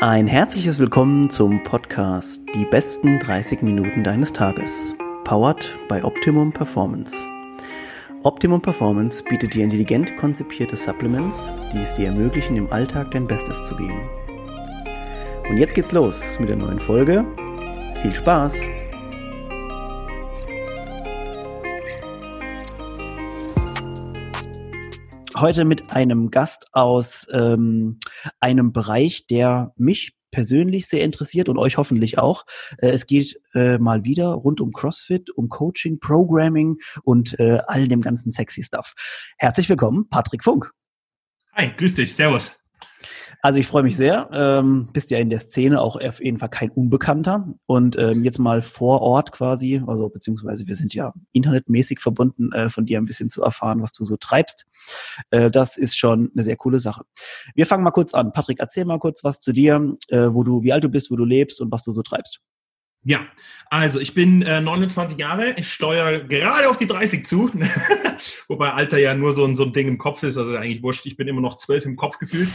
Ein herzliches Willkommen zum Podcast Die besten 30 Minuten deines Tages. Powered by Optimum Performance. Optimum Performance bietet dir intelligent konzipierte Supplements, die es dir ermöglichen, im Alltag dein Bestes zu geben. Und jetzt geht's los mit der neuen Folge. Viel Spaß! Heute mit einem Gast aus einem Bereich, der mich persönlich sehr interessiert und euch hoffentlich auch. Es geht mal wieder rund um CrossFit, um Coaching, Programming und all dem ganzen sexy Stuff. Herzlich willkommen, Patrick Funk. Hi, grüß dich, servus. Also ich freue mich sehr, bist ja in der Szene auch auf jeden Fall kein Unbekannter und jetzt mal vor Ort quasi, also beziehungsweise wir sind ja internetmäßig verbunden, von dir ein bisschen zu erfahren, was du so treibst. Das ist schon eine sehr coole Sache. Wir fangen mal kurz an. Patrick, erzähl mal kurz was zu dir, wie alt du bist, wo du lebst und was du so treibst. Ja, also ich bin 29 Jahre, ich steuere gerade auf die 30 zu, wobei Alter ja nur so ein Ding im Kopf ist, also eigentlich wurscht, ich bin immer noch 12 im Kopf gefühlt.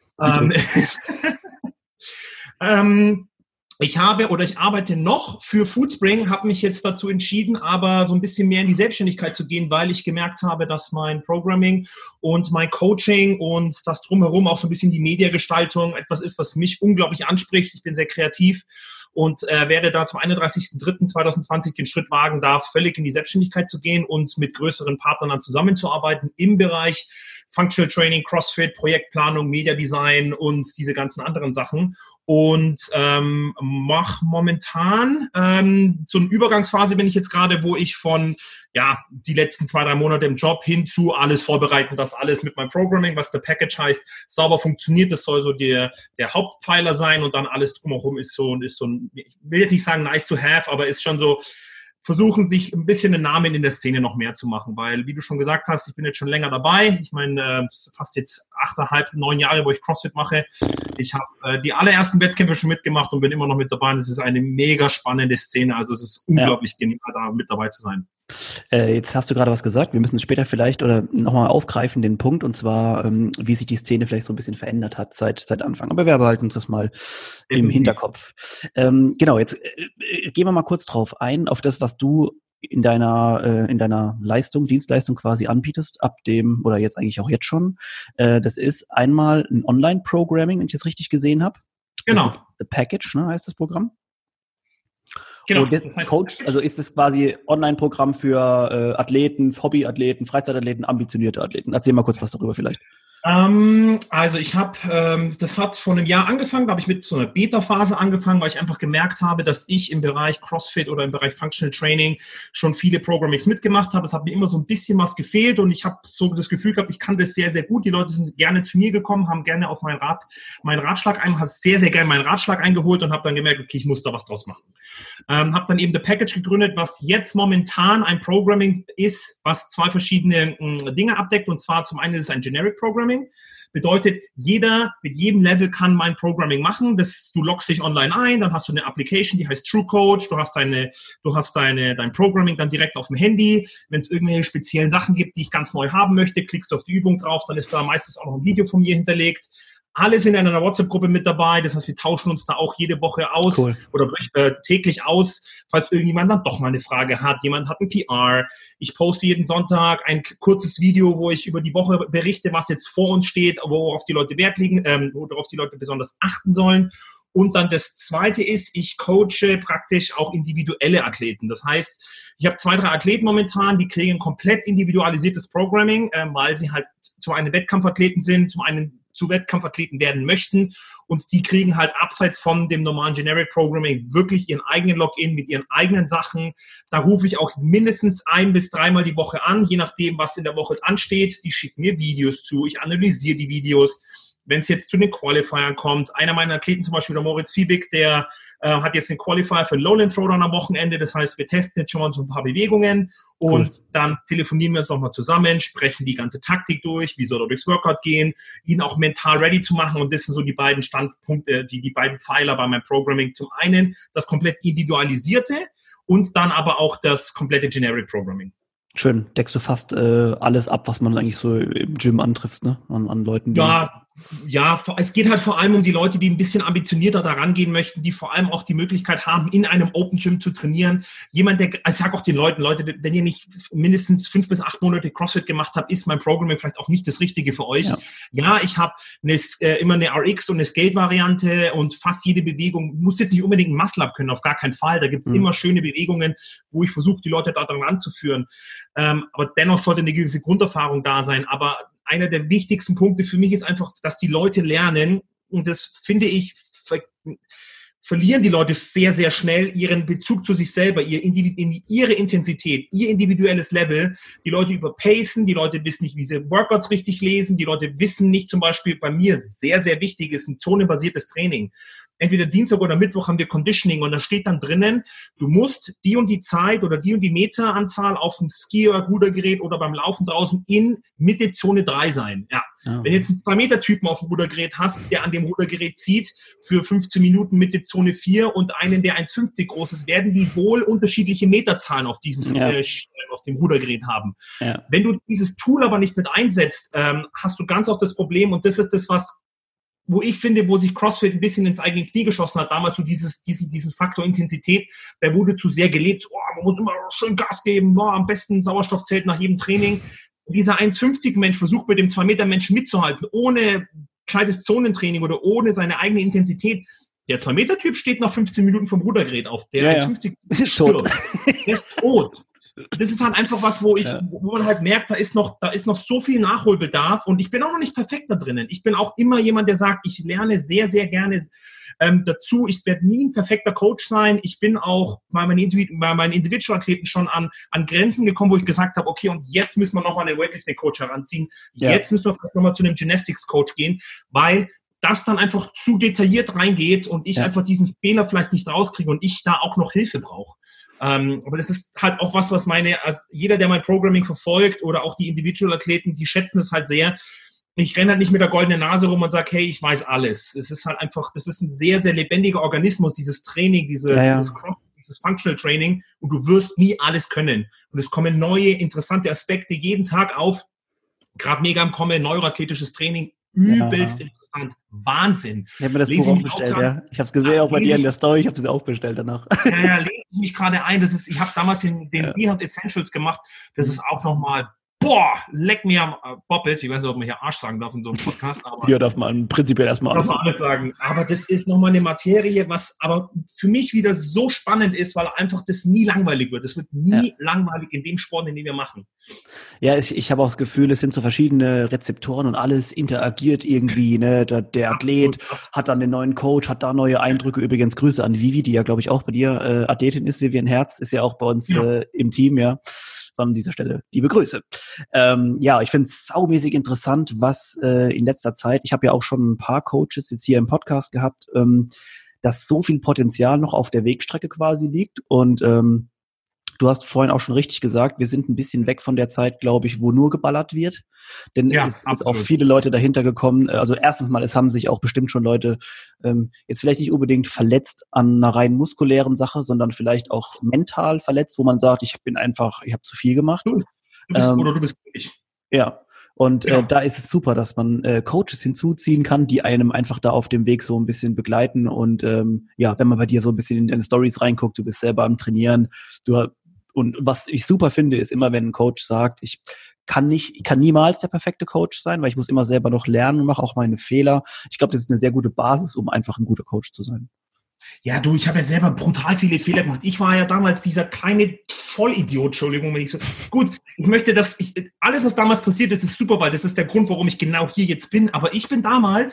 Ich arbeite noch für Foodspring, habe mich jetzt dazu entschieden, aber so ein bisschen mehr in die Selbstständigkeit zu gehen, weil ich gemerkt habe, dass mein Programming und mein Coaching und das Drumherum auch so ein bisschen die Mediagestaltung etwas ist, was mich unglaublich anspricht. Ich bin sehr kreativ und werde da zum 31.03.2020 den Schritt wagen darf, völlig in die Selbstständigkeit zu gehen und mit größeren Partnern dann zusammenzuarbeiten im Bereich Functional Training, CrossFit, Projektplanung, Mediadesign und diese ganzen anderen Sachen. Und mache momentan so eine Übergangsphase bin ich jetzt gerade, wo ich von die letzten 2-3 Monate im Job hin zu alles vorbereiten, dass alles mit meinem Programming, was der Package heißt, sauber funktioniert. Das soll so der Hauptpfeiler sein und dann alles drumherum ist so ein, ich will jetzt nicht sagen nice to have, aber ist schon so, versuchen sich ein bisschen einen Namen in der Szene noch mehr zu machen, weil, wie du schon gesagt hast, ich bin jetzt schon länger dabei. Ich meine, fast jetzt 8,5, 9 Jahre, wo ich CrossFit mache. Ich habe die allerersten Wettkämpfe schon mitgemacht und bin immer noch mit dabei. Und es ist eine mega spannende Szene. Also es ist unglaublich genial, da mit dabei zu sein. Jetzt hast du gerade was gesagt. Wir müssen es später vielleicht oder nochmal aufgreifen, den Punkt, und zwar, wie sich die Szene vielleicht so ein bisschen verändert hat seit Anfang. Aber wir behalten uns das mal im Hinterkopf. Genau, jetzt gehen wir mal kurz drauf ein, auf das, was du in deiner Dienstleistung quasi anbietest, ab dem, oder jetzt eigentlich auch jetzt schon. Das ist einmal ein Online-Programming, wenn ich das richtig gesehen habe. Genau. Das ist The Package, ne, heißt das Programm? Genau. Das heißt, Coach, also ist es quasi Online-Programm für Athleten, Hobbyathleten, Freizeitathleten, ambitionierte Athleten. Erzähl mal kurz was darüber vielleicht. Also ich habe, das hat vor einem Jahr angefangen, da habe ich mit so einer Beta-Phase angefangen, weil ich einfach gemerkt habe, dass ich im Bereich CrossFit oder im Bereich Functional Training schon viele Programmings mitgemacht habe. Es hat mir immer so ein bisschen was gefehlt und ich habe so das Gefühl gehabt, ich kann das sehr, sehr gut. Die Leute sind gerne zu mir gekommen, haben gerne auf meinen Ratschlag sehr, sehr gerne meinen Ratschlag eingeholt und habe dann gemerkt, okay, ich muss da was draus machen. Habe dann eben The Package gegründet, was jetzt momentan ein Programming ist, was 2 verschiedene Dinge abdeckt, und zwar zum einen ist es ein Generic Programming. Bedeutet, jeder mit jedem Level kann mein Programming machen. Du loggst dich online ein, dann hast du eine Application, die heißt TrueCoach. Du hast dein Programming dann direkt auf dem Handy. Wenn es irgendwelche speziellen Sachen gibt, die ich ganz neu haben möchte, klickst du auf die Übung drauf, dann ist da meistens auch noch ein Video von mir hinterlegt. Alle sind in einer WhatsApp-Gruppe mit dabei, das heißt, wir tauschen uns da auch jede Woche aus oder täglich aus, falls irgendjemand dann doch mal eine Frage hat. Jemand hat ein PR. Ich poste jeden Sonntag ein kurzes Video, wo ich über die Woche berichte, was jetzt vor uns steht, worauf die Leute Wert legen, worauf die Leute besonders achten sollen. Und dann das Zweite ist, ich coache praktisch auch individuelle Athleten. Das heißt, ich habe 2-3 Athleten momentan, die kriegen ein komplett individualisiertes Programming, weil sie halt zum einen Wettkampfathleten sind, zum einen zu Wettkampfathleten werden möchten, und die kriegen halt abseits von dem normalen Generic Programming wirklich ihren eigenen Login mit ihren eigenen Sachen. Da rufe ich auch mindestens 1 bis 3 Mal die Woche an, je nachdem, was in der Woche ansteht. Die schicken mir Videos zu, ich analysiere die Videos. Wenn es jetzt zu den Qualifiern kommt, einer meiner Athleten zum Beispiel, der Moritz Fiebig, der hat jetzt den Qualifier für den Lowland Throwdown am Wochenende. Das heißt, wir testen jetzt schon mal so ein paar Bewegungen und dann telefonieren wir uns nochmal zusammen, sprechen die ganze Taktik durch, wie soll er durchs Workout gehen, ihn auch mental ready zu machen. Und das sind so die beiden Standpunkte, die beiden Pfeiler bei meinem Programming. Zum einen das komplett individualisierte und dann aber auch das komplette Generic Programming. Schön, deckst du fast alles ab, was man eigentlich so im Gym antrifft, ne? An Leuten, die... Ja, Ja, es geht halt vor allem um die Leute, die ein bisschen ambitionierter da rangehen möchten, die vor allem auch die Möglichkeit haben, in einem Open Gym zu trainieren. Jemand, der, ich sage auch den Leuten, Leute, wenn ihr nicht mindestens 5 bis 8 Monate CrossFit gemacht habt, ist mein Programming vielleicht auch nicht das Richtige für euch. Ja, ich habe immer eine RX und eine Skate-Variante und fast jede Bewegung, muss jetzt nicht unbedingt ein Muscle-Up können, auf gar keinen Fall. Da gibt es immer schöne Bewegungen, wo ich versuche, die Leute da dran ranzuführen. Aber dennoch sollte eine gewisse Grunderfahrung da sein. Aber einer der wichtigsten Punkte für mich ist einfach, dass die Leute lernen, und das finde ich, verlieren die Leute sehr, sehr schnell ihren Bezug zu sich selber, ihre Intensität, ihr individuelles Level. Die Leute überpacen, die Leute wissen nicht, wie sie Workouts richtig lesen, die Leute wissen nicht, zum Beispiel bei mir sehr, sehr wichtig ist ein zonenbasiertes Training. Entweder Dienstag oder Mittwoch haben wir Conditioning und da steht dann drinnen, du musst die und die Zeit oder die und die Meteranzahl auf dem Ski- oder Rudergerät oder beim Laufen draußen in Mitte Zone 3 sein. Ja. Wenn du jetzt einen 2-Meter-Typen auf dem Rudergerät hast, der an dem Rudergerät zieht für 15 Minuten Mitte Zone 4 und einen, der 1,50 groß ist, werden die wohl unterschiedliche Meterzahlen auf diesem auf dem Rudergerät haben. Ja. Wenn du dieses Tool aber nicht mit einsetzt, hast du ganz oft das Problem, und das ist das, wo ich finde, wo sich CrossFit ein bisschen ins eigene Knie geschossen hat, damals so diesen Faktor Intensität, der wurde zu sehr gelebt. Oh, man muss immer schön Gas geben, am besten Sauerstoffzelt nach jedem Training. Und dieser 1,50 Mensch versucht mit dem 2 Meter Menschen mitzuhalten, ohne gescheites Zonentraining oder ohne seine eigene Intensität. Der 2-Meter-Typ steht nach 15 Minuten vom Rudergerät auf. Der 1,50 ist tot. Der ist tot. Das ist halt einfach was, wo man halt merkt, da ist noch so viel Nachholbedarf, und ich bin auch noch nicht perfekt da drinnen. Ich bin auch immer jemand, der sagt, ich lerne sehr, sehr gerne dazu. Ich werde nie ein perfekter Coach sein. Ich bin auch bei meinen Individual-Athleten schon an Grenzen gekommen, wo ich gesagt habe, okay, und jetzt müssen wir nochmal einen Weightlifting-Coach heranziehen. Jetzt müssen wir vielleicht nochmal zu einem Gymnastics-Coach gehen, weil das dann einfach zu detailliert reingeht und ich einfach diesen Fehler vielleicht nicht rauskriege und ich da auch noch Hilfe brauche. Aber das ist halt auch was jeder, der mein Programming verfolgt oder auch die Individual-Athleten, die schätzen es halt sehr. Ich renne halt nicht mit der goldenen Nase rum und sage, hey, ich weiß alles. Es ist halt einfach, das ist ein sehr, sehr lebendiger Organismus, dieses Training, dieses Functional Training, und du wirst nie alles können. Und es kommen neue, interessante Aspekte jeden Tag auf. Gerade mega im Kommen, neuroathletisches Training, übelst interessant. Wahnsinn. Ich habe mir das Buch auch bestellt, Ich habe es gesehen, auch bei dir in der Story. Ich habe es auch bestellt danach. Lese ich mich gerade ein. Ich habe damals den Rehab Essentials gemacht. Das ist auch nochmal, leck mir am Boppes. Ich weiß nicht, ob man hier Arsch sagen darf in so einem Podcast. Aber ja, darf man prinzipiell erstmal alles sagen. Aber das ist nochmal eine Materie, was aber für mich wieder so spannend ist, weil einfach das nie langweilig wird. Es wird nie langweilig in dem Sport, den wir machen. Ja, ich habe auch das Gefühl, es sind so verschiedene Rezeptoren und alles interagiert irgendwie. Ne? Der Athlet hat dann den neuen Coach, hat da neue Eindrücke. Übrigens Grüße an Vivi, die ja, glaube ich, auch bei dir Athletin ist. Vivian Herz ist ja auch bei uns im Team, Von dieser Stelle liebe Grüße. Ich finde es saumäßig interessant, was in letzter Zeit, ich habe ja auch schon ein paar Coaches jetzt hier im Podcast gehabt, dass so viel Potenzial noch auf der Wegstrecke quasi liegt. Und du hast vorhin auch schon richtig gesagt, wir sind ein bisschen weg von der Zeit, glaube ich, wo nur geballert wird. Denn es ist auch viele Leute dahinter gekommen. Also erstens mal, es haben sich auch bestimmt schon Leute jetzt vielleicht nicht unbedingt verletzt an einer rein muskulären Sache, sondern vielleicht auch mental verletzt, wo man sagt, ich habe zu viel gemacht. Du bist ich. Ja. Und da ist es super, dass man Coaches hinzuziehen kann, die einem einfach da auf dem Weg so ein bisschen begleiten. Und wenn man bei dir so ein bisschen in deine Stories reinguckt, du bist selber am Trainieren. Und was ich super finde, ist immer, wenn ein Coach sagt, ich kann niemals der perfekte Coach sein, weil ich muss immer selber noch lernen und mache auch meine Fehler. Ich glaube, das ist eine sehr gute Basis, um einfach ein guter Coach zu sein. Ja, ich habe ja selber brutal viele Fehler gemacht. Ich war ja damals dieser kleine Vollidiot, Entschuldigung, wenn ich so. Gut, ich möchte, alles, was damals passiert ist, ist super, weil das ist der Grund, warum ich genau hier jetzt bin. Aber ich habe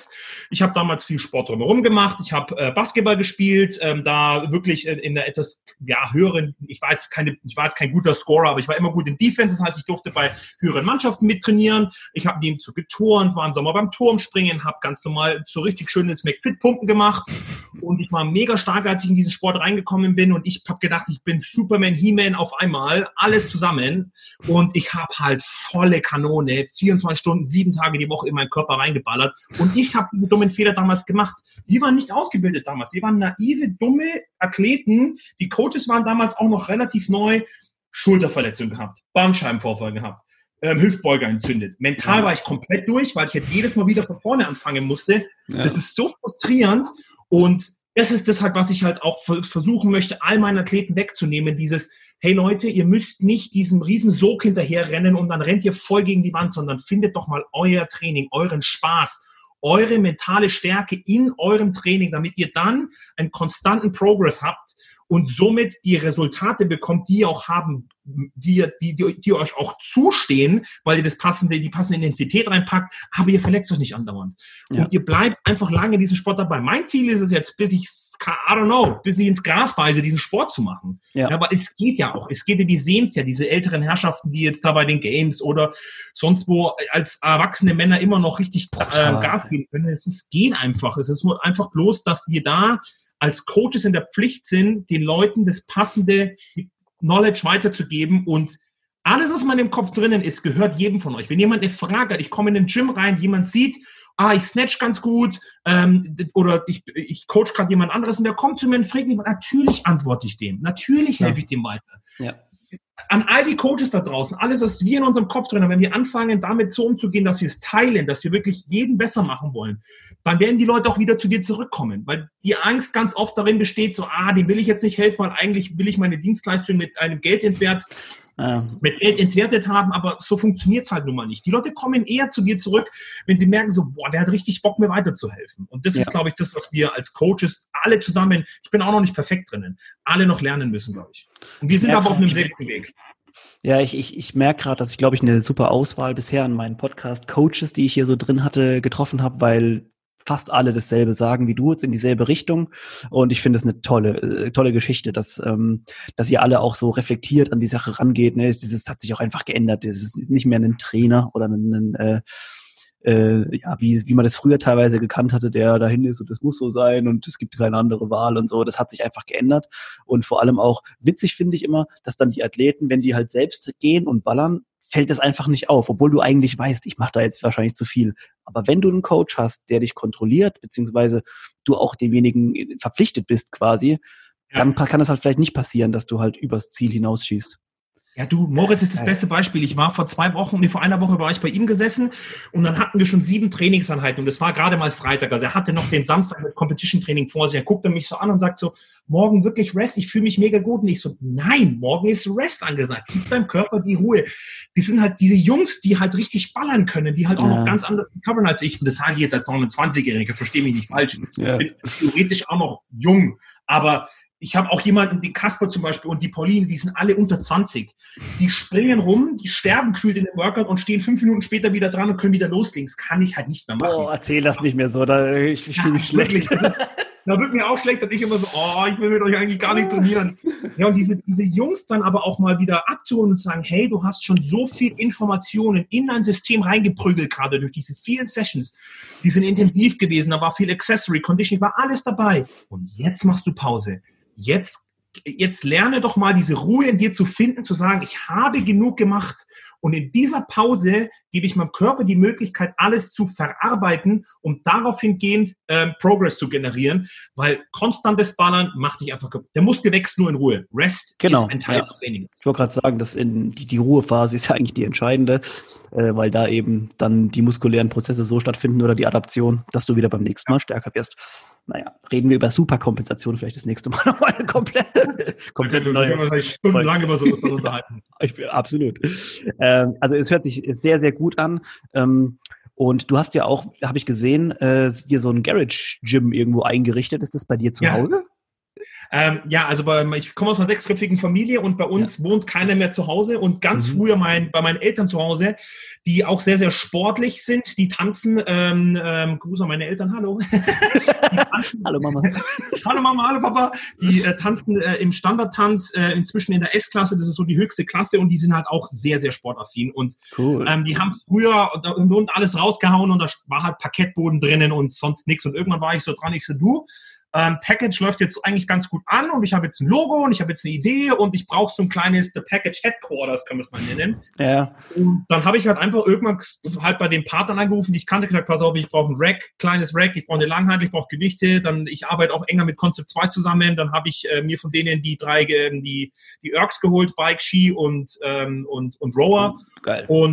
damals viel Sport drumherum gemacht. Ich habe Basketball gespielt, da wirklich in der etwas höheren, ich war jetzt kein guter Scorer, aber ich war immer gut in Defense. Das heißt, ich durfte bei höheren Mannschaften mittrainieren. Ich habe nebenzu geturnt, war im Sommer beim Turmspringen, habe ganz normal so richtig schönes McFit-Pumpen gemacht. Und ich war mega stark, als ich in diesen Sport reingekommen bin, und ich habe gedacht, ich bin Superman, He-Man auf einmal, alles zusammen, und ich habe halt volle Kanone, 24 Stunden, 7 Tage die Woche in meinen Körper reingeballert, und ich habe einen dummen Fehler damals gemacht. Wir waren nicht ausgebildet damals, wir waren naive, dumme Athleten, die Coaches waren damals auch noch relativ neu, Schulterverletzung gehabt, Bandscheibenvorfall gehabt, Hüftbeuger entzündet. Mental war ich komplett durch, weil ich jetzt jedes Mal wieder von vorne anfangen musste. Ja. Das ist so frustrierend und das ist das halt, was ich halt auch versuchen möchte, all meinen Athleten wegzunehmen. Dieses, hey Leute, ihr müsst nicht diesem riesen Sog hinterher rennen und dann rennt ihr voll gegen die Wand, sondern findet doch mal euer Training, euren Spaß, eure mentale Stärke in eurem Training, damit ihr dann einen konstanten Progress habt und somit die Resultate bekommt, die ihr auch haben, die euch auch zustehen, weil ihr die passende Intensität reinpackt, aber ihr verletzt euch nicht andauernd. Ja. Und ihr bleibt einfach lange in diesem Sport dabei. Mein Ziel ist es jetzt, bis ich ins Gras beiße, diesen Sport zu machen. Ja. Ja, aber es geht ja auch. Wir sehen es ja, diese älteren Herrschaften, die jetzt da bei den Games oder sonst wo als erwachsene Männer immer noch richtig Gas geben können. Es geht einfach. Es ist nur einfach bloß, dass wir da als Coaches in der Pflicht sind, den Leuten das passende Knowledge weiterzugeben und alles, was man im Kopf drinnen ist, gehört jedem von euch. Wenn jemand eine Frage hat, ich komme in den Gym rein, jemand sieht, ich snatch ganz gut oder ich coach gerade jemand anderes und der kommt zu mir und fragt mich, natürlich antworte ich dem, natürlich helfe ich dem weiter. Ja. An all die Coaches da draußen, alles, was wir in unserem Kopf drin haben, wenn wir anfangen, damit so umzugehen, dass wir es teilen, dass wir wirklich jeden besser machen wollen, dann werden die Leute auch wieder zu dir zurückkommen, weil die Angst ganz oft darin besteht, so, dem will ich jetzt nicht helfen, weil eigentlich will ich meine Dienstleistung mit einem Geldentwert mit Geld entwertet haben, aber so funktioniert es halt nun mal nicht. Die Leute kommen eher zu dir zurück, wenn sie merken so, der hat richtig Bock, mir weiterzuhelfen. Und das ist, glaube ich, das, was wir als Coaches alle zusammen, ich bin auch noch nicht perfekt drinnen, alle noch lernen müssen, glaube ich. Und wir sind aber auf einem sehr guten Weg. Ja, ich merke gerade, dass ich, glaube ich, eine super Auswahl bisher an meinen Podcast-Coaches, die ich hier so drin hatte, getroffen habe, weil fast alle dasselbe sagen wie du, jetzt in dieselbe Richtung. Und ich finde es eine tolle Geschichte, dass ihr alle auch so reflektiert an die Sache rangeht. Ne? Dieses hat sich auch einfach geändert. Das ist nicht mehr ein Trainer oder wie man das früher teilweise gekannt hatte, der dahin ist und das muss so sein und es gibt keine andere Wahl und so. Das hat sich einfach geändert. Und vor allem auch witzig finde ich immer, dass dann die Athleten, wenn die halt selbst gehen und ballern, fällt das einfach nicht auf, obwohl du eigentlich weißt, ich mache da jetzt wahrscheinlich zu viel. Aber wenn du einen Coach hast, der dich kontrolliert, beziehungsweise du auch demjenigen verpflichtet bist quasi, dann kann es halt vielleicht nicht passieren, dass du halt übers Ziel hinausschießt. Ja, Moritz ist das beste Beispiel. Ich war vor einer Woche war ich bei ihm gesessen und dann hatten wir schon 7 Trainingseinheiten und es war gerade mal Freitag. Also er hatte noch den Samstag mit Competition-Training vor sich. Er guckte mich so an und sagt so, morgen wirklich Rest? Ich fühle mich mega gut. Und ich so, nein, morgen ist Rest angesagt. Gib deinem Körper die Ruhe. Die sind halt diese Jungs, die halt richtig ballern können, die halt auch noch ganz anders covern als ich. Und das sage ich jetzt als 29-Jähriger, verstehe mich nicht falsch. Ich bin theoretisch auch noch jung, aber ich habe auch jemanden, die Kasper zum Beispiel und die Pauline, die sind alle unter 20. Die springen rum, die sterben gefühlt in dem Workout und stehen 5 Minuten später wieder dran und können wieder loslegen. Das kann ich halt nicht mehr machen. Erzähl das nicht mehr so, ich fühle mich schlecht. Da wird mir auch schlecht, dass ich immer so, ich will mit euch eigentlich gar nicht trainieren. Ja, und diese Jungs dann aber auch mal wieder abzuholen und zu sagen, hey, du hast schon so viel Informationen in dein System reingeprügelt, gerade durch diese vielen Sessions. Die sind intensiv gewesen, da war viel Accessory, Conditioning, war alles dabei. Und jetzt machst du Pause. Jetzt lerne doch mal diese Ruhe in dir zu finden, zu sagen, ich habe genug gemacht und in dieser Pause gebe ich meinem Körper die Möglichkeit, alles zu verarbeiten, um darauf hingehend Progress zu generieren, weil konstantes Ballern macht dich einfach kaputt. Der Muskel wächst nur in Ruhe. Rest ist ein Teil des Trainings. Ich wollte gerade sagen, dass die Ruhephase ist ja eigentlich die entscheidende, weil da eben dann die muskulären Prozesse so stattfinden oder die Adaption, dass du wieder beim nächsten Mal stärker wirst. Naja, reden wir über Superkompensation vielleicht das nächste Mal nochmal komplett neu. Stundenlang über sowas unterhalten. Absolut. Also es hört sich sehr, sehr gut an. Und du hast ja auch, habe ich gesehen, dir so ein Garage-Gym irgendwo eingerichtet. Ist das bei dir zu Hause? Also ich komme aus einer 6-köpfigen Familie und bei uns wohnt keiner mehr zu Hause und ganz früher bei meinen Eltern zu Hause, die auch sehr, sehr sportlich sind, die tanzen, Gruß an meine Eltern, hallo. Hallo Mama. Hallo Mama, hallo Papa. Die tanzen im Standardtanz, inzwischen in der S-Klasse, das ist so die höchste Klasse und die sind halt auch sehr, sehr sportaffin und cool. Die haben früher alles rausgehauen und da war halt Parkettboden drinnen und sonst nichts und irgendwann war ich so dran, du, Package läuft jetzt eigentlich ganz gut an und ich habe jetzt ein Logo und ich habe jetzt eine Idee und ich brauche so ein kleines The Package Headquarters, können wir es mal nennen. Ja. Und dann habe ich halt einfach irgendwann halt bei den Partnern angerufen, die ich kannte, gesagt, pass auf, ich brauche ein Rack, kleines Rack, ich brauche eine Langhantel, ich brauche Gewichte, dann ich arbeite auch enger mit Concept 2 zusammen, dann habe ich mir von denen die Ergs geholt, Bike, Ski und Rower. Geil. Und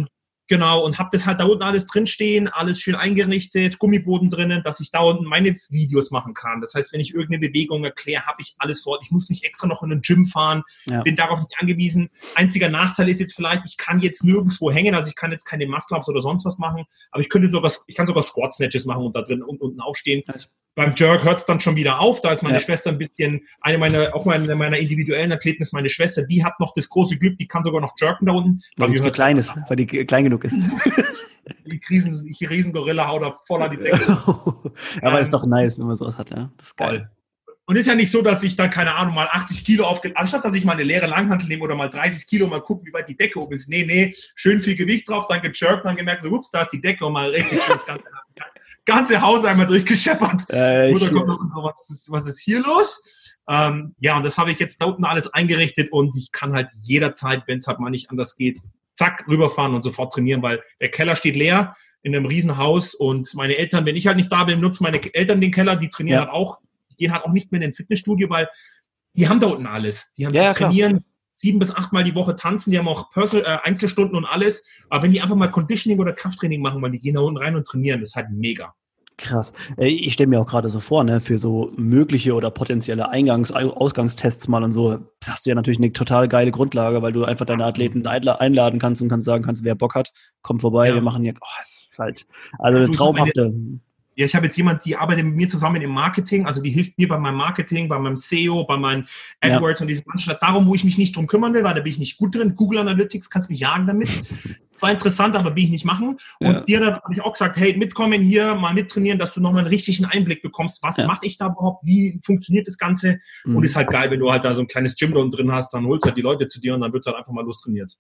Genau, und habe das halt da unten alles drinstehen, alles schön eingerichtet, Gummiboden drinnen, dass ich da unten meine Videos machen kann. Das heißt, wenn ich irgendeine Bewegung erkläre, habe ich alles vor Ort. Ich muss nicht extra noch in ein Gym fahren, bin darauf nicht angewiesen. Einziger Nachteil ist jetzt vielleicht, ich kann jetzt nirgendwo hängen, also ich kann jetzt keine Muscle-Ups oder sonst was machen, aber ich kann sogar Squat-Snatches machen und da drin und unten aufstehen. Beim Jerk hört es dann schon wieder auf. Da ist meine Schwester ein bisschen, eine meiner individuellen Athleten ist meine Schwester, die hat noch das große Glück, die kann sogar noch jerken da unten. Weil die zu klein ist, weil die klein genug ist. Die Riesengorilla haut da voll an die Decke. Aber ist doch nice, wenn man sowas hat, ja. Das ist geil. Und ist ja nicht so, dass ich dann, keine Ahnung, mal 80 Kilo anstatt dass ich mal eine leere Langhantel nehme oder mal 30 Kilo, mal gucken, wie weit die Decke oben ist. Nee, schön viel Gewicht drauf, dann gejirkt, dann gemerkt, so, ups, da ist die Decke und mal richtig schön das ganze Haus einmal durchgescheppert. Mutter kommt noch und so, was ist hier los? Und das habe ich jetzt da unten alles eingerichtet und ich kann halt jederzeit, wenn es halt mal nicht anders geht, zack, rüberfahren und sofort trainieren, weil der Keller steht leer in einem Riesenhaus und meine Eltern, wenn ich halt nicht da bin, nutzen meine Eltern den Keller, die trainieren halt auch, die gehen halt auch nicht mehr in ein Fitnessstudio, weil die haben da unten alles. Die haben trainieren 7 bis 8 Mal die Woche tanzen, die haben auch Einzelstunden und alles, aber wenn die einfach mal Conditioning oder Krafttraining machen, weil die gehen da unten rein und trainieren, das ist halt mega. Krass. Ich stelle mir auch gerade so vor, ne, für so mögliche oder potenzielle Ausgangstests mal und so, hast du ja natürlich eine total geile Grundlage, weil du einfach deine Athleten einladen kannst und kannst sagen kannst, wer Bock hat, komm vorbei, wir machen hier, ist halt, also eine traumhafte. Ja, ich habe jetzt jemand, die arbeitet mit mir zusammen im Marketing, also die hilft mir bei meinem Marketing, bei meinem SEO, bei meinen AdWords und diesen ganzen, darum, wo ich mich nicht drum kümmern will, weil da bin ich nicht gut drin. Google Analytics, kannst mich jagen damit. War interessant, aber will ich nicht machen. Und dir dann habe ich auch gesagt, hey, mitkommen hier, mal mittrainieren, dass du nochmal einen richtigen Einblick bekommst. Was mache ich da überhaupt? Wie funktioniert das Ganze? Und ist halt geil, wenn du halt da so ein kleines Gym da unten drin hast, dann holst du halt die Leute zu dir und dann wird halt einfach mal lostrainiert.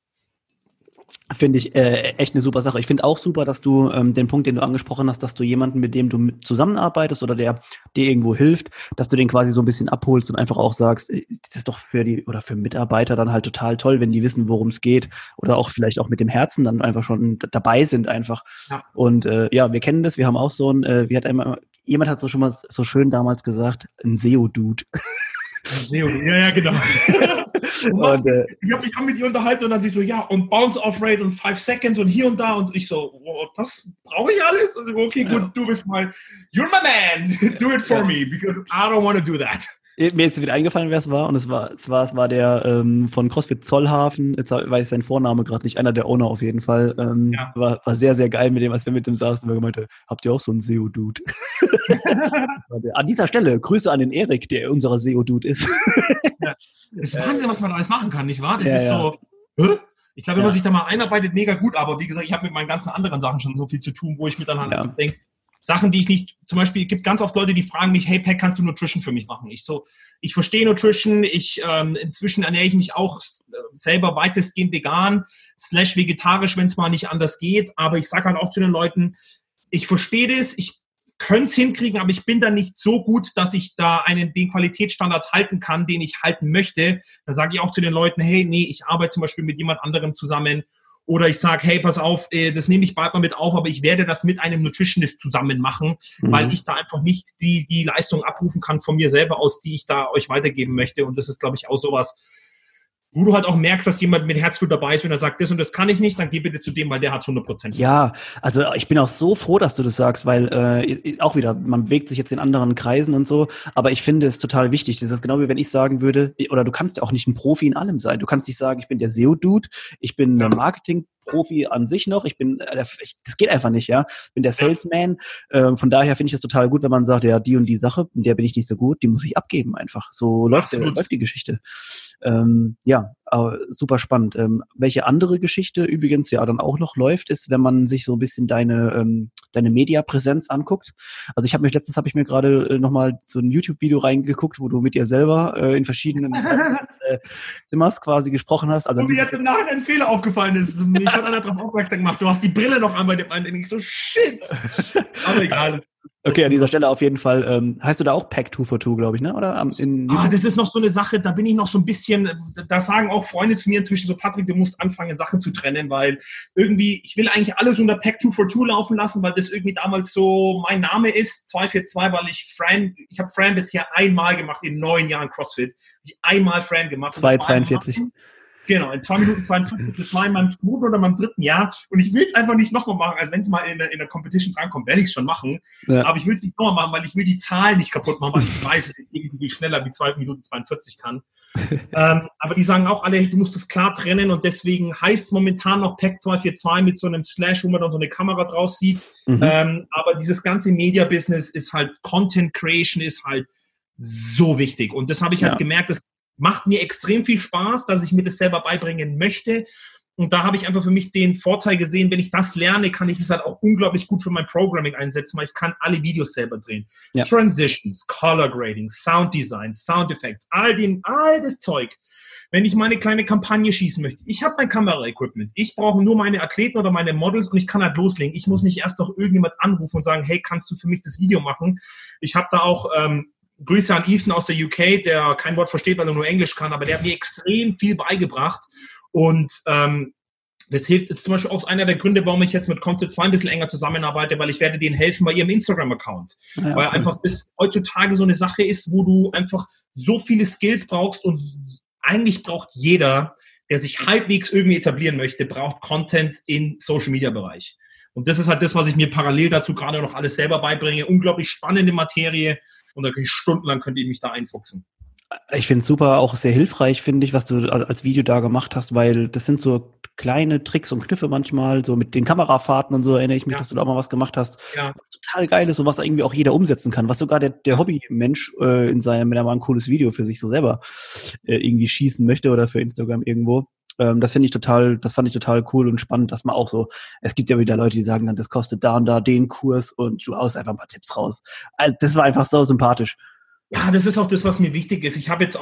Finde ich echt eine super Sache. Ich finde auch super, dass du den Punkt, den du angesprochen hast, dass du jemanden, mit dem du zusammenarbeitest oder der dir irgendwo hilft, dass du den quasi so ein bisschen abholst und einfach auch sagst, das ist doch für Mitarbeiter dann halt total toll, wenn die wissen, worum es geht oder auch vielleicht auch mit dem Herzen dann einfach schon dabei sind einfach. Ja. Und wir kennen das, wir haben auch so jemand hat so schon mal so schön damals gesagt, ein SEO-Dude. Ja, genau. Und, ich habe mich auch mit ihr unterhalten und dann sie so, und Bounce-Off-Rate und 5 Seconds und hier und da und ich so, das brauche ich alles? Und okay, gut, du bist you're my man, do it for me, because I don't want to do that. Mir ist wieder eingefallen, wer es war, und es war der von CrossFit Zollhafen, jetzt weiß ich seinen Vorname gerade nicht, einer der Owner auf jeden Fall, war sehr, sehr geil mit dem, als wir mit dem saßen, und wir meinte, habt ihr auch so einen SEO-Dude? An dieser Stelle, Grüße an den Erik, der unserer SEO-Dude ist. Das ist Wahnsinn, was man alles machen kann, nicht wahr? Das ist so, ich glaube, wenn man sich da mal einarbeitet, mega gut, aber wie gesagt, ich habe mit meinen ganzen anderen Sachen schon so viel zu tun, wo ich mir dann halt denke, Sachen, die ich nicht, zum Beispiel, es gibt ganz oft Leute, die fragen mich, hey Pat, kannst du Nutrition für mich machen? Ich verstehe Nutrition, inzwischen ernähre ich mich auch selber weitestgehend vegan, / vegetarisch, wenn es mal nicht anders geht, aber ich sage halt auch zu den Leuten, ich verstehe das, ich könnte es hinkriegen, aber ich bin da nicht so gut, dass ich da den Qualitätsstandard halten kann, den ich halten möchte. Dann sage ich auch zu den Leuten, hey, nee, ich arbeite zum Beispiel mit jemand anderem zusammen. Oder ich sage, hey, pass auf, das nehme ich bald mal mit auf, aber ich werde das mit einem Nutritionist zusammen machen, weil ich da einfach nicht die Leistung abrufen kann von mir selber aus, die ich da euch weitergeben möchte. Und das ist, glaube ich, auch sowas, wo du halt auch merkst, dass jemand mit Herzblut dabei ist, wenn er sagt, das und das kann ich nicht, dann geh bitte zu dem, weil der hat 100%. Ja, also ich bin auch so froh, dass du das sagst, weil auch wieder, man bewegt sich jetzt in anderen Kreisen und so, aber ich finde es total wichtig. Das ist genau wie wenn ich sagen würde, oder du kannst ja auch nicht ein Profi in allem sein. Du kannst nicht sagen, ich bin der SEO-Dude, ich bin der Marketing-Profi an sich noch, das geht einfach nicht, ja. Ich bin der Salesman, von daher finde ich es total gut, wenn man sagt, ja, die und die Sache, in der bin ich nicht so gut, die muss ich abgeben einfach. So läuft die Geschichte. Super spannend. Welche andere Geschichte übrigens dann auch noch läuft, ist, wenn man sich so ein bisschen deine Mediapräsenz anguckt. Also letztens habe ich mir gerade nochmal so ein YouTube-Video reingeguckt, wo du mit dir selber in verschiedenen Zimmers quasi gesprochen hast. Also mir jetzt im Nachhinein ein Fehler aufgefallen ist. Mich hat einer darauf aufmerksam gemacht. Du hast die Brille noch an bei dem einen. Und ich so, shit. Aber egal. Okay, an dieser Stelle auf jeden Fall. Heißt du da auch Pack 2 for 2, glaube ich, ne? Oder das ist noch so eine Sache, da bin ich noch so ein bisschen, da sagen auch Freunde zu mir inzwischen so, Patrick, du musst anfangen, Sachen zu trennen, weil irgendwie, ich will eigentlich alles unter Pack 2 for 2 laufen lassen, weil das irgendwie damals so mein Name ist, 242, weil ich habe Fran bisher einmal gemacht in 9 Jahren CrossFit. Ich einmal Fran gemacht. 242. Genau, in 2 Minuten 52, das war in meinem 2. oder meinem 3. Jahr. Und ich will es einfach nicht nochmal machen. Also wenn es mal in der Competition drankommt, werde ich es schon machen. Ja. Aber ich will es nicht nochmal machen, weil ich will die Zahlen nicht kaputt machen, weil ich weiß, dass ich irgendwie schneller wie 2 Minuten 42 kann. Aber die sagen auch alle, hey, du musst es klar trennen. Und deswegen heißt es momentan noch PEC 242 mit so einem Slash, wo man dann so eine Kamera draus sieht. Aber dieses ganze Media-Business ist halt, Content Creation ist halt so wichtig. Und das habe ich halt gemerkt, das macht mir extrem viel Spaß, dass ich mir das selber beibringen möchte. Und da habe ich einfach für mich den Vorteil gesehen, wenn ich das lerne, kann ich das halt auch unglaublich gut für mein Programming einsetzen, weil ich kann alle Videos selber drehen. Ja. Transitions, Color Grading, Sound Design, Sound Effects, all das Zeug. Wenn ich meine kleine Kampagne schießen möchte, ich habe mein Kamera-Equipment, ich brauche nur meine Athleten oder meine Models und ich kann halt loslegen. Ich muss nicht erst noch irgendjemand anrufen und sagen, hey, kannst du für mich das Video machen? Ich habe da auch Grüße an Ethan aus der UK, der kein Wort versteht, weil er nur Englisch kann, aber der hat mir extrem viel beigebracht. Und das hilft, ist zum Beispiel auch einer der Gründe, warum ich jetzt mit Concept 2 ein bisschen enger zusammenarbeite, weil ich werde denen helfen bei ihrem Instagram-Account. Ja, okay. Weil einfach das heutzutage so eine Sache ist, wo du einfach so viele Skills brauchst und eigentlich braucht jeder, der sich halbwegs irgendwie etablieren möchte, braucht Content im Social-Media-Bereich. Und das ist halt das, was ich mir parallel dazu gerade noch alles selber beibringe. Unglaublich spannende Materie. Und da stundenlang könnt ihr mich da einfuchsen. Ich finde es super, auch sehr hilfreich, finde ich, was du als Video da gemacht hast, weil das sind so kleine Tricks und Kniffe manchmal, so mit den Kamerafahrten und so erinnere ich mich, dass du da auch mal was gemacht hast. Ja. Was total geil ist, so was irgendwie auch jeder umsetzen kann, was sogar der Hobby-Mensch wenn er mal ein cooles Video für sich so selber irgendwie schießen möchte oder für Instagram irgendwo. Das fand ich total cool und spannend, dass man auch so, es gibt ja wieder Leute, die sagen dann, das kostet da und da den Kurs und du haust einfach ein paar Tipps raus. Also das war einfach so sympathisch. Ja, das ist auch das, was mir wichtig ist. Ich habe jetzt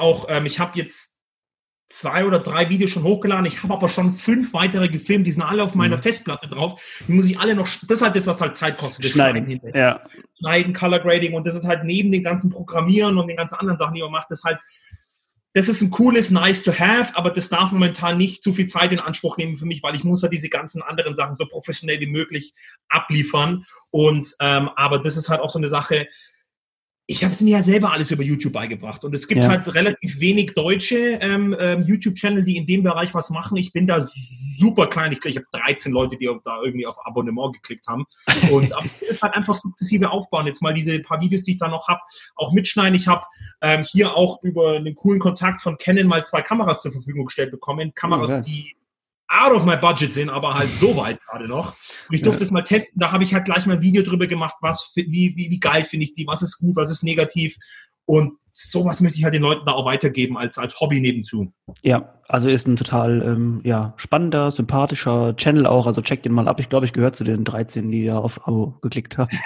2 oder 3 Videos schon hochgeladen. Ich habe aber schon 5 weitere gefilmt. Die sind alle auf meiner Festplatte drauf. Die muss ich alle noch, das ist halt das, was halt Zeit kostet. Schneiden, ja. Schneiden, Color Grading und das ist halt neben den ganzen Programmieren und den ganzen anderen Sachen, die man macht, das ist ein cooles nice to have, aber das darf momentan nicht zu viel Zeit in Anspruch nehmen für mich, weil ich muss ja diese ganzen anderen Sachen so professionell wie möglich abliefern. Und aber das ist halt auch so eine Sache. Ich habe es mir ja selber alles über YouTube beigebracht und es gibt halt relativ wenig deutsche YouTube-Channel, die in dem Bereich was machen. Ich bin da super klein. Ich habe 13 Leute, die da irgendwie auf Abonnement geklickt haben. Und aber ich will halt einfach sukzessive aufbauen. Jetzt mal diese paar Videos, die ich da noch habe, auch mitschneiden. Ich habe hier auch über einen coolen Kontakt von Canon mal 2 Kameras zur Verfügung gestellt bekommen. Kameras, die out of my budget sind, aber halt so weit gerade noch. Und ich durfte es mal testen, da habe ich halt gleich mal ein Video drüber gemacht, wie geil finde ich die, was ist gut, was ist negativ. Und sowas möchte ich halt den Leuten da auch weitergeben als Hobby nebenzu. Ja, also ist ein total spannender, sympathischer Channel auch, also checkt den mal ab. Ich glaube, ich gehöre zu den 13, die da auf Abo geklickt haben.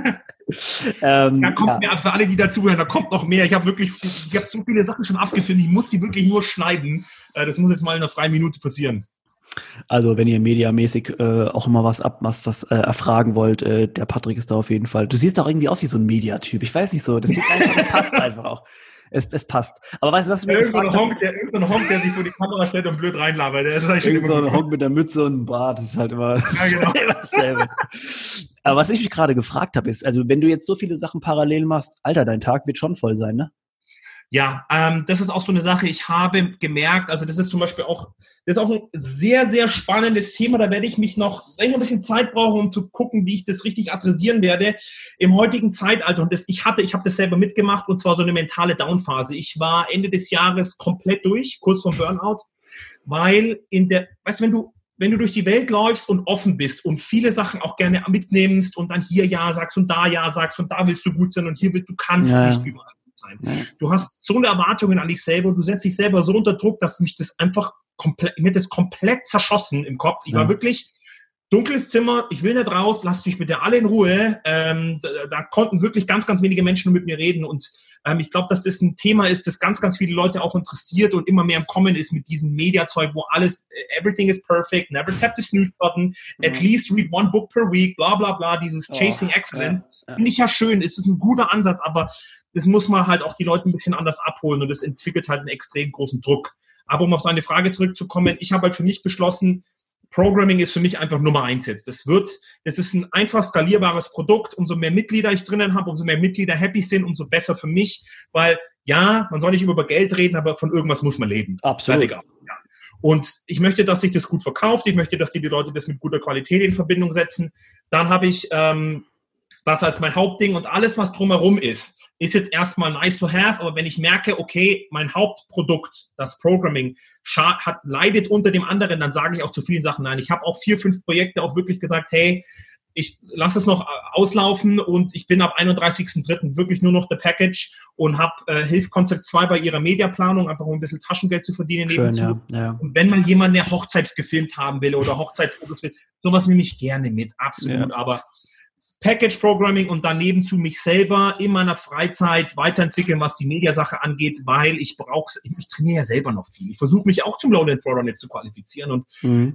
Da kommt mehr, für alle, die dazuhören, da kommt noch mehr. Ich habe so viele Sachen schon abgefilmt, ich muss sie wirklich nur schneiden. Das muss jetzt mal in einer freien Minute passieren. Also wenn ihr mediamäßig auch immer was erfragen wollt, der Patrick ist da auf jeden Fall. Du siehst auch irgendwie aus wie so ein Mediatyp. Ich weiß nicht so, das passt einfach auch. Es passt. Aber weißt du, was du mir gefragt hast? Irgendein Honk, der sich vor die Kamera stellt und blöd reinlabert. Der ist halt schon so ein Honk mit der Mütze und einem Bart, das ist halt immer dasselbe. Aber was ich mich gerade gefragt habe, ist, also wenn du jetzt so viele Sachen parallel machst, Alter, dein Tag wird schon voll sein, ne? Ja, das ist auch so eine Sache, ich habe gemerkt, also das ist zum Beispiel auch, das ist auch ein sehr, sehr spannendes Thema, da werde ich noch ein bisschen Zeit brauchen, um zu gucken, wie ich das richtig adressieren werde. Im heutigen Zeitalter, und ich habe das selber mitgemacht, und zwar so eine mentale Downphase. Ich war Ende des Jahres komplett durch, kurz vorm Burnout, weil weißt du, wenn du durch die Welt läufst und offen bist und viele Sachen auch gerne mitnimmst und dann hier Ja sagst und da Ja sagst und da willst du gut sein und hier du kannst nicht überall sein. Du hast so eine Erwartungen an dich selber, du setzt dich selber so unter Druck, dass mir das komplett zerschossen im Kopf. Ich war wirklich dunkles Zimmer, ich will nicht raus, lasst mich bitte alle in Ruhe. Da konnten wirklich ganz, ganz wenige Menschen mit mir reden und ich glaube, dass das ein Thema ist, das ganz, ganz viele Leute auch interessiert und immer mehr im Kommen ist mit diesem Mediazeug, wo alles, everything is perfect, never tap the snooze button, at least read 1 book per week, bla bla bla, dieses Chasing Excellence. Finde ich ja schön, es ist ein guter Ansatz, aber das muss man halt auch die Leute ein bisschen anders abholen und das entwickelt halt einen extrem großen Druck. Aber um auf deine Frage zurückzukommen, ich habe halt für mich beschlossen, Programming ist für mich einfach Nummer 1 jetzt. Das ist ein einfach skalierbares Produkt. Umso mehr Mitglieder ich drinnen habe, umso mehr Mitglieder happy sind, umso besser für mich. Weil, ja, man soll nicht über Geld reden, aber von irgendwas muss man leben. Absolut. Ja. Und ich möchte, dass sich das gut verkauft. Ich möchte, dass die Leute das mit guter Qualität in Verbindung setzen. Dann habe ich das als mein Hauptding und alles, was drumherum ist jetzt erstmal nice to have, aber wenn ich merke, okay, mein Hauptprodukt, das Programming, leidet unter dem anderen, dann sage ich auch zu vielen Sachen nein. Ich habe auch 4, 5 Projekte auch wirklich gesagt, hey, ich lasse es noch auslaufen und ich bin ab 31.03. wirklich nur noch the Package und habe Hilf Concept 2 bei ihrer Mediaplanung, einfach um ein bisschen Taschengeld zu verdienen. Schön, ja. Und wenn mal jemand eine Hochzeit gefilmt haben will oder Hochzeitsfotos will, sowas nehme ich gerne mit, absolut, aber Package Programming und daneben zu mich selber in meiner Freizeit weiterentwickeln, was die Mediasache angeht, weil ich trainiere ja selber noch viel. Ich versuche mich auch zum Lowland Pro Runner zu qualifizieren und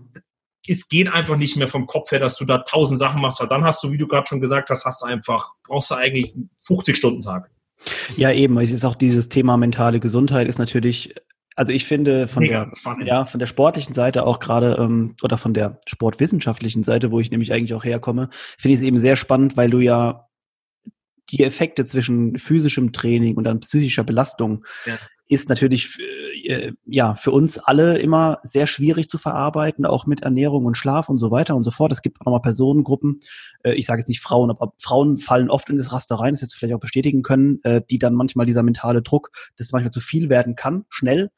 es geht einfach nicht mehr vom Kopf her, dass du da 1000 Sachen machst, weil dann hast du, wie du gerade schon gesagt hast, brauchst du eigentlich einen 50-Stunden-Tag. Ja, eben. Es ist auch dieses Thema mentale Gesundheit ist natürlich, also ich finde von der sportlichen Seite auch gerade oder von der sportwissenschaftlichen Seite, wo ich nämlich eigentlich auch herkomme, finde ich es eben sehr spannend, weil du ja die Effekte zwischen physischem Training und dann psychischer Belastung ist natürlich für uns alle immer sehr schwierig zu verarbeiten, auch mit Ernährung und Schlaf und so weiter und so fort. Es gibt auch nochmal Personengruppen, ich sage jetzt nicht Frauen, aber Frauen fallen oft in das Raster rein, das jetzt vielleicht auch bestätigen können, die dann manchmal dieser mentale Druck, das manchmal zu viel werden kann, schnell.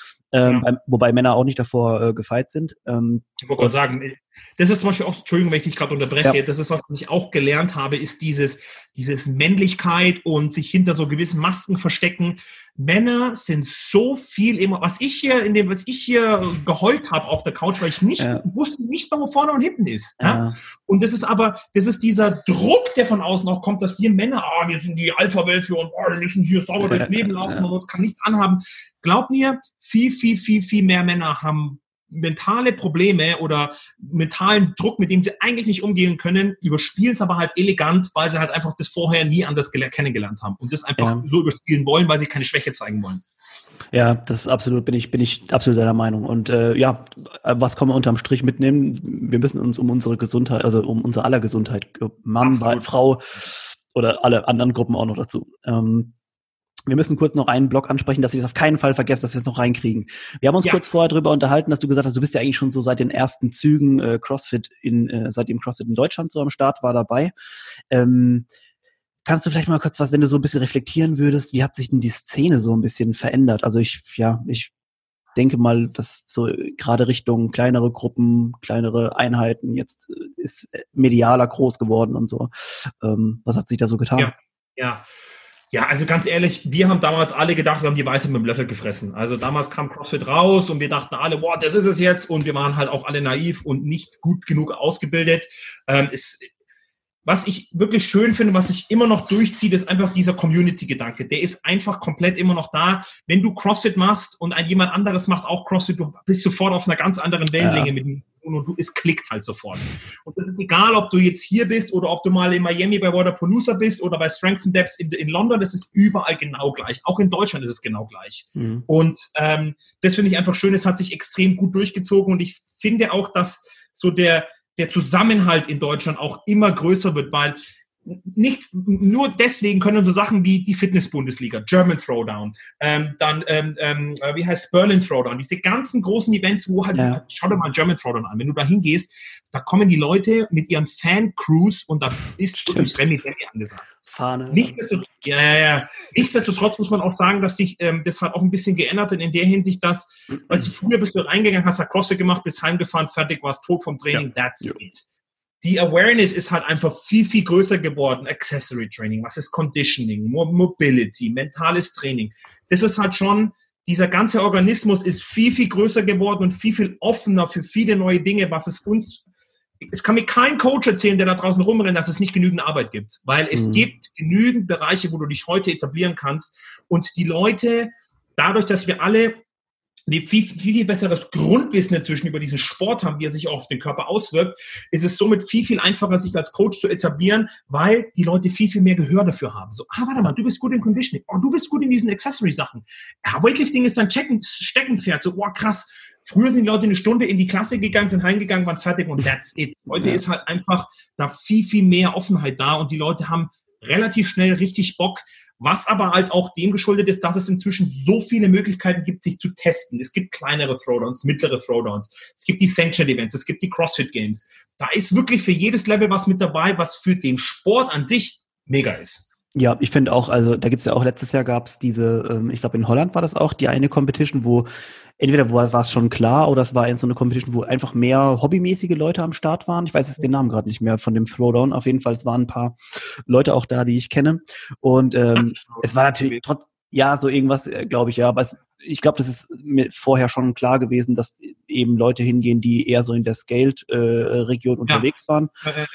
Wobei Männer auch nicht davor gefeit sind. Ich wollte gerade sagen, das ist zum Beispiel auch, Entschuldigung, wenn ich dich gerade unterbreche, das ist, was ich auch gelernt habe, ist dieses Männlichkeit und sich hinter so gewissen Masken verstecken. Männer sind so viel immer, was ich hier geheult habe auf der Couch, weil ich wusste nicht mal, wo vorne und hinten ist. Ja? Und das ist dieser Druck, der von außen auch kommt, dass wir Männer, wir sind die Alpha-Welt und wir müssen hier sauber durchs Leben laufen und uns kann nichts anhaben. Glaub mir, viel, viel, viel, viel mehr Männer haben mentale Probleme oder mentalen Druck, mit dem sie eigentlich nicht umgehen können, überspielen es aber halt elegant, weil sie halt einfach das vorher nie anders kennengelernt haben und das einfach so überspielen wollen, weil sie keine Schwäche zeigen wollen. Ja, das ist absolut, bin ich absolut deiner Meinung. Und was kann man unterm Strich mitnehmen? Wir müssen uns um unsere Gesundheit, also um unsere aller Gesundheit, Mann, Frau oder alle anderen Gruppen auch noch dazu. Wir müssen kurz noch einen Block ansprechen, dass ich das auf keinen Fall vergesse, dass wir es noch reinkriegen. Wir haben uns kurz vorher drüber unterhalten, dass du gesagt hast, du bist ja eigentlich schon so seit den ersten Zügen CrossFit seitdem CrossFit in Deutschland so am Start war dabei. Kannst du vielleicht mal kurz wenn du so ein bisschen reflektieren würdest, wie hat sich denn die Szene so ein bisschen verändert? Also ich denke mal, dass so gerade Richtung kleinere Gruppen, kleinere Einheiten jetzt ist medialer groß geworden und so. Was hat sich da so getan? Ja, also ganz ehrlich, wir haben damals alle gedacht, wir haben die Weisheit mit dem Löffel gefressen. Also damals kam CrossFit raus und wir dachten alle, boah, das ist es jetzt. Und wir waren halt auch alle naiv und nicht gut genug ausgebildet. Was ich wirklich schön finde, was sich immer noch durchzieht, ist einfach dieser Community-Gedanke. Der ist einfach komplett immer noch da. Wenn du CrossFit machst und jemand anderes macht auch CrossFit, du bist sofort auf einer ganz anderen Wellenlänge mit ihm. Und es klickt halt sofort. Und das ist egal, ob du jetzt hier bist oder ob du mal in Miami bei Wodapalooza bist oder bei Strength and Depth in London, das ist überall genau gleich. Auch in Deutschland ist es genau gleich. Und das finde ich einfach schön, es hat sich extrem gut durchgezogen und ich finde auch, dass so der Zusammenhalt in Deutschland auch immer größer wird, weil nur deswegen können so Sachen wie die Fitness-Bundesliga, German Throwdown, Berlin Throwdown, diese ganzen großen Events, wo halt, schau dir mal German Throwdown an, wenn du da hingehst, da kommen die Leute mit ihren Fan-Crews und da ist wirklich Remi angesagt. Fahne. Nichtsdestotrotz muss man auch sagen, dass sich das halt auch ein bisschen geändert hat in der Hinsicht, dass, weil früher bist du reingegangen, hast CrossFit gemacht, bist heimgefahren, fertig, warst tot vom Training, that's it. Die Awareness ist halt einfach viel, viel größer geworden. Accessory Training, was ist Conditioning, Mobility, mentales Training. Das ist halt schon, dieser ganze Organismus ist viel, viel größer geworden und viel, viel offener für viele neue Dinge, es kann mir kein Coach erzählen, der da draußen rumrennt, dass es nicht genügend Arbeit gibt. Weil es gibt genügend Bereiche, wo du dich heute etablieren kannst. Und die Leute, dadurch, dass wir alle viel, viel besseres Grundwissen inzwischen über diesen Sport haben, wie er sich auch auf den Körper auswirkt, ist es somit viel, viel einfacher, sich als Coach zu etablieren, weil die Leute viel, viel mehr Gehör dafür haben. So, warte mal, du bist gut in Conditioning. Du bist gut in diesen Accessory-Sachen. Weightlifting ist dein Steckenpferd. So, krass. Früher sind die Leute eine Stunde in die Klasse gegangen, sind heimgegangen, waren fertig und that's it. Heute ist halt einfach da viel, viel mehr Offenheit da und die Leute haben relativ schnell richtig Bock, Was aber halt auch dem geschuldet ist, dass es inzwischen so viele Möglichkeiten gibt, sich zu testen. Es gibt kleinere Throwdowns, mittlere Throwdowns. Es gibt die Sanctioned Events, es gibt die CrossFit Games. Da ist wirklich für jedes Level was mit dabei, was für den Sport an sich mega ist. Ja, ich finde auch, also da gibt's ja auch, letztes Jahr gab's diese, ich glaube in Holland war das auch, die eine Competition, wo entweder war es schon klar oder es war so eine Competition, wo einfach mehr hobbymäßige Leute am Start waren. Ich weiß jetzt den Namen gerade nicht mehr von dem Throwdown. Auf jeden Fall, es waren ein paar Leute auch da, die ich kenne. Und es war natürlich ja, so irgendwas, glaube ich, ja. Aber ich glaube, das ist mir vorher schon klar gewesen, dass eben Leute hingehen, die eher so in der Scaled-Region unterwegs waren.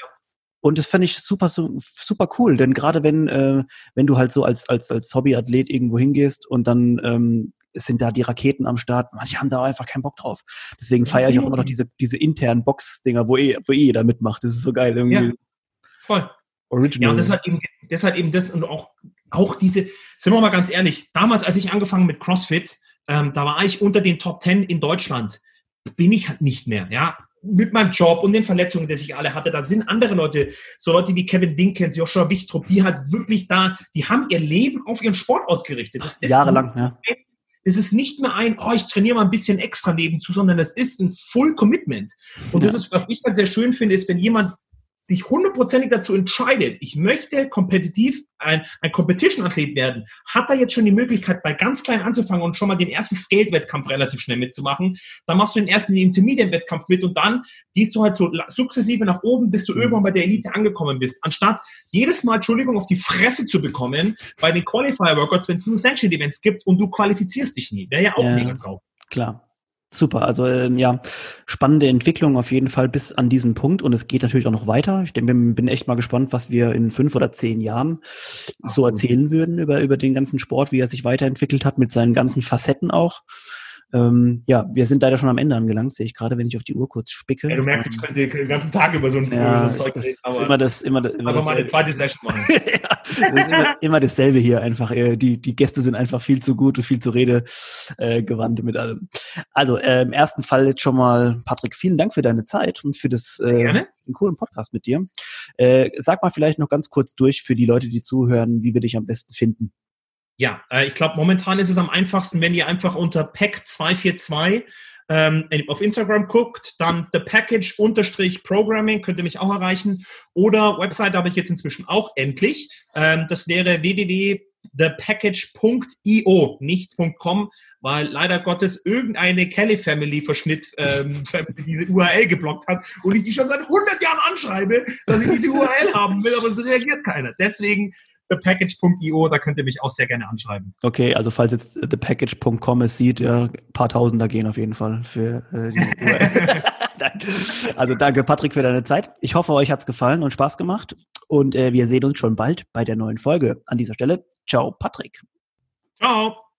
Und das fand ich super cool, denn gerade wenn du halt so als Hobbyathlet irgendwo hingehst und dann sind da die Raketen am Start, manche haben da einfach keinen Bock drauf. Deswegen feiere ich auch immer noch diese internen Box-Dinger, wo jeder mitmacht. Das ist so geil irgendwie. Ja, voll. Original. Ja, und deshalb eben das und auch diese, sind wir mal ganz ehrlich, damals, als ich angefangen mit CrossFit, da war ich unter den Top 10 in Deutschland. Bin ich halt nicht mehr, ja. Mit meinem Job und den Verletzungen, die ich alle hatte, da sind andere Leute, so Leute wie Kevin Dinkens, Joshua Wichtrup, die halt wirklich die haben ihr Leben auf ihren Sport ausgerichtet. Das ist jahrelang, ja. Es ist nicht mehr ich trainiere mal ein bisschen extra nebenzu, sondern es ist ein Full Commitment. Und das ist, was ich halt sehr schön finde, ist, wenn jemand sich 100%ig dazu entscheidet, ich möchte kompetitiv ein Competition-Athlet werden, hat er jetzt schon die Möglichkeit, bei ganz klein anzufangen und schon mal den ersten Scaled-Wettkampf relativ schnell mitzumachen. Dann machst du den ersten Intermediate-Wettkampf mit und dann gehst du halt so sukzessive nach oben, bis du irgendwann bei der Elite angekommen bist. Anstatt jedes Mal, auf die Fresse zu bekommen bei den Qualifier-Workouts, wenn es nur Sanctioned-Events gibt und du qualifizierst dich nie. Wäre ja auch mega drauf. Klar. Super, also ja, spannende Entwicklung auf jeden Fall bis an diesen Punkt und es geht natürlich auch noch weiter. Ich bin echt mal gespannt, was wir in 5 oder 10 Jahren so erzählen würden über den ganzen Sport, wie er sich weiterentwickelt hat mit seinen ganzen Facetten auch. Ja, wir sind leider schon am Ende angelangt, sehe ich gerade, wenn ich auf die Uhr kurz spicke. Ja, du merkst, ich könnte den ganzen Tag über so ein Zeug reden, aber mal eine zweite Session machen. Ja, das ist immer dasselbe hier einfach. Die Gäste sind einfach viel zu gut und viel zu redegewandt mit allem. Also im ersten Fall jetzt schon mal, Patrick, vielen Dank für deine Zeit und für den coolen Podcast mit dir. Sag mal vielleicht noch ganz kurz durch für die Leute, die zuhören, wie wir dich am besten finden. Ja, ich glaube, momentan ist es am einfachsten, wenn ihr einfach unter PAC242 auf Instagram guckt, dann thepackage_programming, könnt ihr mich auch erreichen. Oder Website habe ich jetzt inzwischen auch endlich. Das wäre www.thepackage.io, nicht .com, weil leider Gottes irgendeine Kelly Family Verschnitt diese URL geblockt hat und ich die schon seit 100 Jahren anschreibe, dass ich diese URL haben will, aber es reagiert keiner. Deswegen thepackage.io, da könnt ihr mich auch sehr gerne anschreiben. Okay, also falls jetzt thepackage.com es sieht, ja, ein paar Tausender gehen auf jeden Fall für die URL. Also danke, Patrick, für deine Zeit. Ich hoffe, euch hat's gefallen und Spaß gemacht und wir sehen uns schon bald bei der neuen Folge. An dieser Stelle, ciao, Patrick. Ciao.